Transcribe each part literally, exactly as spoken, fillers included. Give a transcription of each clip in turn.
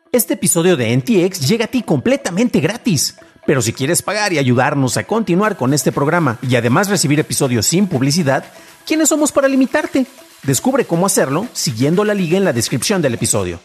Este episodio de N T X llega a ti completamente gratis. Pero si quieres pagar y ayudarnos a continuar con este programa y además recibir episodios sin publicidad, ¿quiénes somos para limitarte? Descubre cómo hacerlo siguiendo la liga en la descripción del episodio.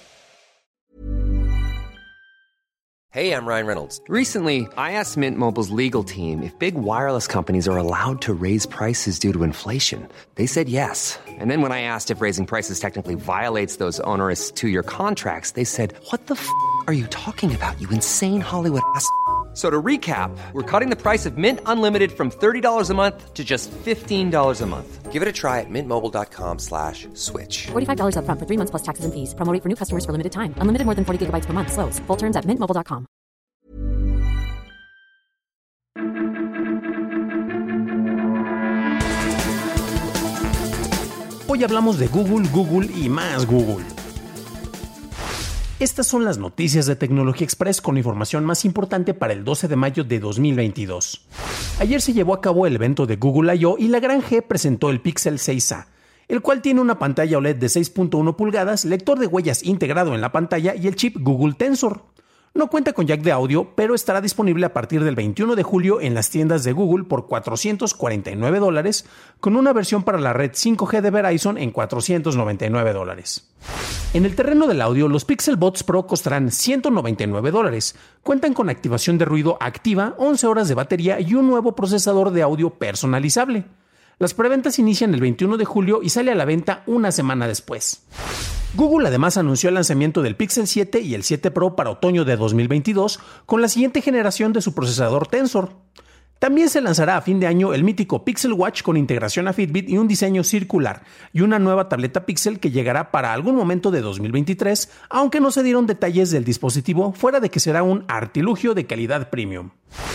Hey, I'm Ryan Reynolds. Recently, I asked Mint Mobile's legal team if big wireless companies are allowed to raise prices due to inflation. They said yes. And then when I asked if raising prices technically violates those onerous two-year contracts, they said, "What the f*** are you talking about, you insane Hollywood ass?" So to recap, we're cutting the price of Mint Unlimited from thirty dollars a month to just fifteen dollars a month. Give it a try at mintmobile.com slash switch. forty-five dollars up front for three months plus taxes and fees. Promo rate for new customers for limited time. Unlimited more than forty gigabytes per month. Slows full terms at mint mobile dot com. Hoy hablamos de Google, Google y más Google. Estas son las noticias de Tecnología Express con información más importante para el doce de mayo de dos mil veintidós. Ayer se llevó a cabo el evento de Google I O y la gran G presentó el Pixel seis a, el cual tiene una pantalla O L E D de seis punto uno pulgadas, lector de huellas integrado en la pantalla y el chip Google Tensor. No cuenta con jack de audio, pero estará disponible a partir del veintiuno de julio en las tiendas de Google por cuatrocientos cuarenta y nueve dólares, con una versión para la red cinco G de Verizon en cuatrocientos noventa y nueve dólares. En el terreno del audio, los Pixel Buds Pro costarán ciento noventa y nueve dólares. Cuentan con activación de ruido activa, once horas de batería y un nuevo procesador de audio personalizable. Las preventas inician el veintiuno de julio y sale a la venta una semana después. Google además anunció el lanzamiento del Pixel siete y el siete Pro para otoño de dos mil veintidós con la siguiente generación de su procesador Tensor. También se lanzará a fin de año el mítico Pixel Watch con integración a Fitbit y un diseño circular, y una nueva tableta Pixel que llegará para algún momento de dos mil veintitrés, aunque no se dieron detalles del dispositivo fuera de que será un artilugio de calidad premium.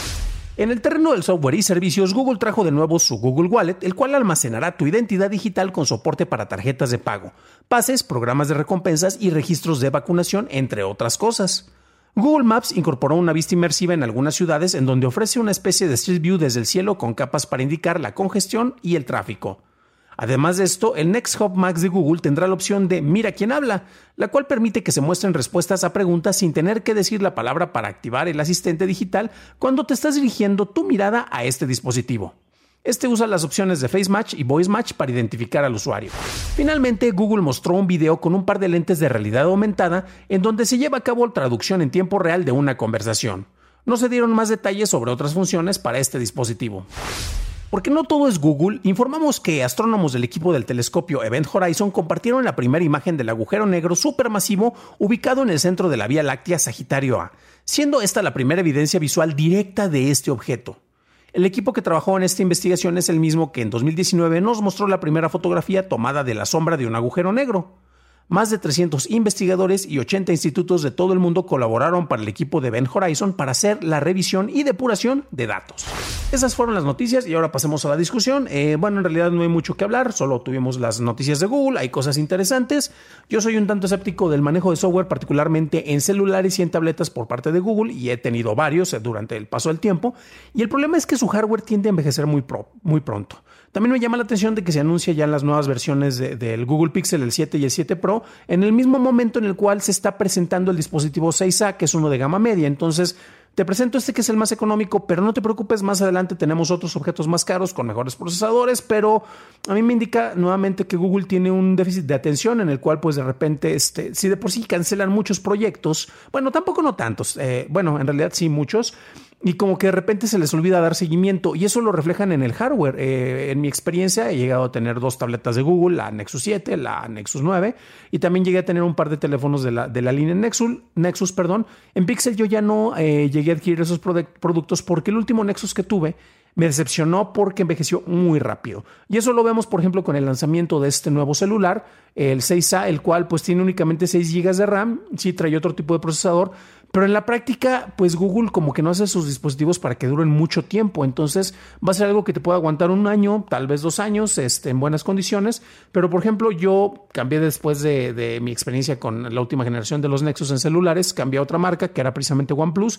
En el terreno del software y servicios, Google trajo de nuevo su Google Wallet, el cual almacenará tu identidad digital con soporte para tarjetas de pago, pases, programas de recompensas y registros de vacunación, entre otras cosas. Google Maps incorporó una vista inmersiva en algunas ciudades en donde ofrece una especie de Street View desde el cielo con capas para indicar la congestión y el tráfico. Además de esto, el Next Hub Max de Google tendrá la opción de Mira quién habla, la cual permite que se muestren respuestas a preguntas sin tener que decir la palabra para activar el asistente digital cuando te estás dirigiendo tu mirada a este dispositivo. Este usa las opciones de Face Match y Voice Match para identificar al usuario. Finalmente, Google mostró un video con un par de lentes de realidad aumentada en donde se lleva a cabo traducción en tiempo real de una conversación. No se dieron más detalles sobre otras funciones para este dispositivo. Porque no todo es Google, informamos que astrónomos del equipo del telescopio Event Horizon compartieron la primera imagen del agujero negro supermasivo ubicado en el centro de la Vía Láctea Sagitario A, siendo esta la primera evidencia visual directa de este objeto. El equipo que trabajó en esta investigación es el mismo que en dos mil diecinueve nos mostró la primera fotografía tomada de la sombra de un agujero negro. Más de trescientos investigadores y ochenta institutos de todo el mundo colaboraron para el equipo de Event Horizon para hacer la revisión y depuración de datos. Esas fueron las noticias y ahora pasemos a la discusión. Eh, bueno, en realidad no hay mucho que hablar, solo tuvimos las noticias de Google, hay cosas interesantes. Yo soy un tanto escéptico del manejo de software, particularmente en celulares y en tabletas por parte de Google, y he tenido varios durante el paso del tiempo. Y el problema es que su hardware tiende a envejecer muy, pro, muy pronto. También me llama la atención de que se anuncia ya en las nuevas versiones de, del Google Pixel, el siete y el siete Pro, en el mismo momento en el cual se está presentando el dispositivo seis a, que es uno de gama media. Entonces, te presento este que es el más económico, pero no te preocupes, más adelante tenemos otros objetos más caros con mejores procesadores, pero a mí me indica nuevamente que Google tiene un déficit de atención en el cual pues de repente, este, si de por sí cancelan muchos proyectos, bueno, tampoco no tantos, eh, bueno, en realidad sí muchos, y como que de repente se les olvida dar seguimiento, y eso lo reflejan en el hardware. Eh, en mi experiencia he llegado a tener dos tabletas de Google, la Nexus siete, la Nexus nueve, y también llegué a tener un par de teléfonos de la, de la línea Nexus, Nexus, perdón. En Pixel yo ya no eh, llegué a adquirir esos productos porque el último Nexus que tuve me decepcionó porque envejeció muy rápido. Y eso lo vemos, por ejemplo, con el lanzamiento de este nuevo celular, el seis a, el cual pues tiene únicamente seis gigas de RAM, sí trae otro tipo de procesador, pero en la práctica, pues Google como que no hace sus dispositivos para que duren mucho tiempo. Entonces va a ser algo que te pueda aguantar un año, tal vez dos años, este, en buenas condiciones. Pero, por ejemplo, yo cambié después de, de mi experiencia con la última generación de los Nexus en celulares, cambié a otra marca que era precisamente OnePlus.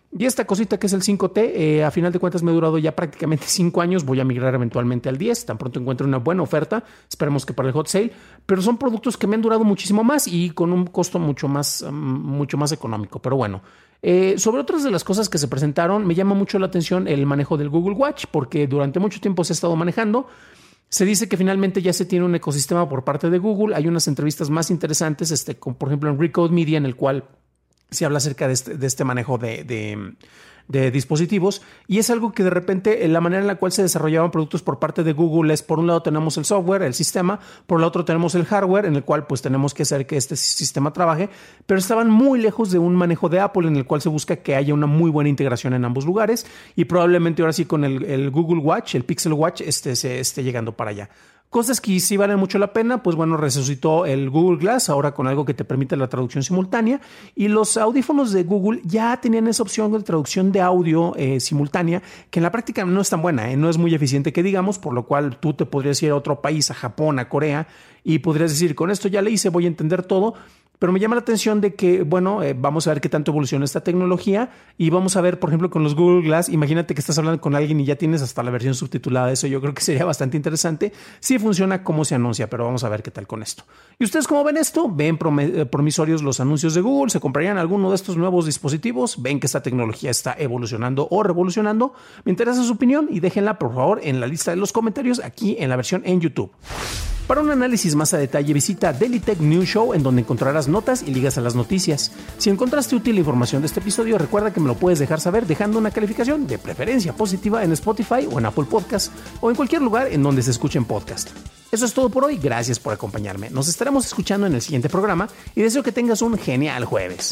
Y esta cosita que es el cinco T, eh, a final de cuentas me ha durado ya prácticamente cinco años. Voy a migrar eventualmente al diez. Tan pronto encuentre una buena oferta. Esperemos que para el hot sale. Pero son productos que me han durado muchísimo más y con un costo mucho más, um, mucho más económico. Pero bueno, eh, sobre otras de las cosas que se presentaron, me llama mucho la atención el manejo del Google Watch, porque durante mucho tiempo se ha estado manejando. Se dice que finalmente ya se tiene un ecosistema por parte de Google. Hay unas entrevistas más interesantes, este, con, por ejemplo, en Recode Media, en el cual se habla acerca de este, de este manejo de, de, de dispositivos, y es algo que de repente la manera en la cual se desarrollaban productos por parte de Google es, por un lado tenemos el software, el sistema, por el otro tenemos el hardware, en el cual pues tenemos que hacer que este sistema trabaje, pero estaban muy lejos de un manejo de Apple en el cual se busca que haya una muy buena integración en ambos lugares, y probablemente ahora sí con el, el Google Watch, el Pixel Watch, este, se esté llegando para allá. Cosas que sí valen mucho la pena, pues bueno, resucitó el Google Glass, ahora con algo que te permite la traducción simultánea, y los audífonos de Google ya tenían esa opción de traducción de audio eh, simultánea, que en la práctica no es tan buena, ¿eh? No es muy eficiente que digamos, por lo cual tú te podrías ir a otro país, a Japón, a Corea, y podrías decir, con esto ya le hice, voy a entender todo. Pero me llama la atención de que, bueno, eh, vamos a ver qué tanto evoluciona esta tecnología y vamos a ver, por ejemplo, con los Google Glass, imagínate que estás hablando con alguien y ya tienes hasta la versión subtitulada. Eso yo creo que sería bastante interesante. Sí funciona como se anuncia, pero vamos a ver qué tal con esto. ¿Y ustedes cómo ven esto? ¿Ven promisorios los anuncios de Google? ¿Se comprarían alguno de estos nuevos dispositivos? ¿Ven que esta tecnología está evolucionando o revolucionando? Me interesa su opinión y déjenla, por favor, en la lista de los comentarios aquí en la versión en YouTube. Para un análisis más a detalle, visita Daily Tech News Show, en donde encontrarás notas y ligas a las noticias. Si encontraste útil la información de este episodio, recuerda que me lo puedes dejar saber dejando una calificación de preferencia positiva en Spotify o en Apple Podcast o en cualquier lugar en donde se escuchen podcast. Eso es todo por hoy, gracias por acompañarme. Nos estaremos escuchando en el siguiente programa y deseo que tengas un genial jueves.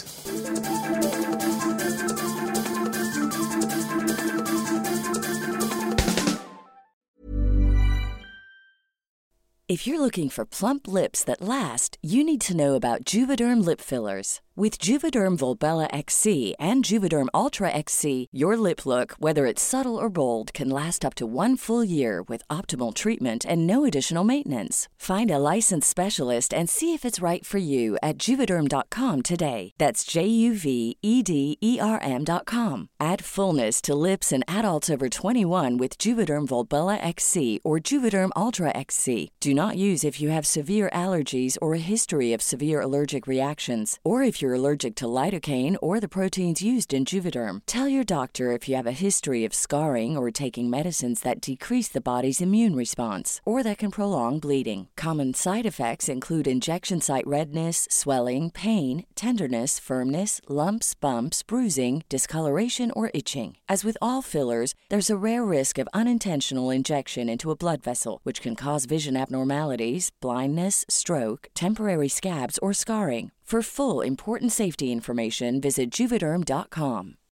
If you're looking for plump lips that last, you need to know about Juvederm lip fillers. With Juvederm Volbella X C and Juvederm Ultra X C, your lip look, whether it's subtle or bold, can last up to one full year with optimal treatment and no additional maintenance. Find a licensed specialist and see if it's right for you at Juvederm dot com today. That's J U V E D E R M dot com. Add fullness to lips in adults over twenty-one with Juvederm Volbella X C or Juvederm Ultra X C. Do not use if you have severe allergies or a history of severe allergic reactions, or if you're allergic to lidocaine or the proteins used in Juvederm. Tell your doctor if you have a history of scarring or taking medicines that decrease the body's immune response or that can prolong bleeding. Common side effects include injection site redness, swelling, pain, tenderness, firmness, lumps, bumps, bruising, discoloration, or itching. As with all fillers, there's a rare risk of unintentional injection into a blood vessel, which can cause vision abnormalities, blindness, stroke, temporary scabs, or scarring. For full, important safety information, visit Juvederm dot com.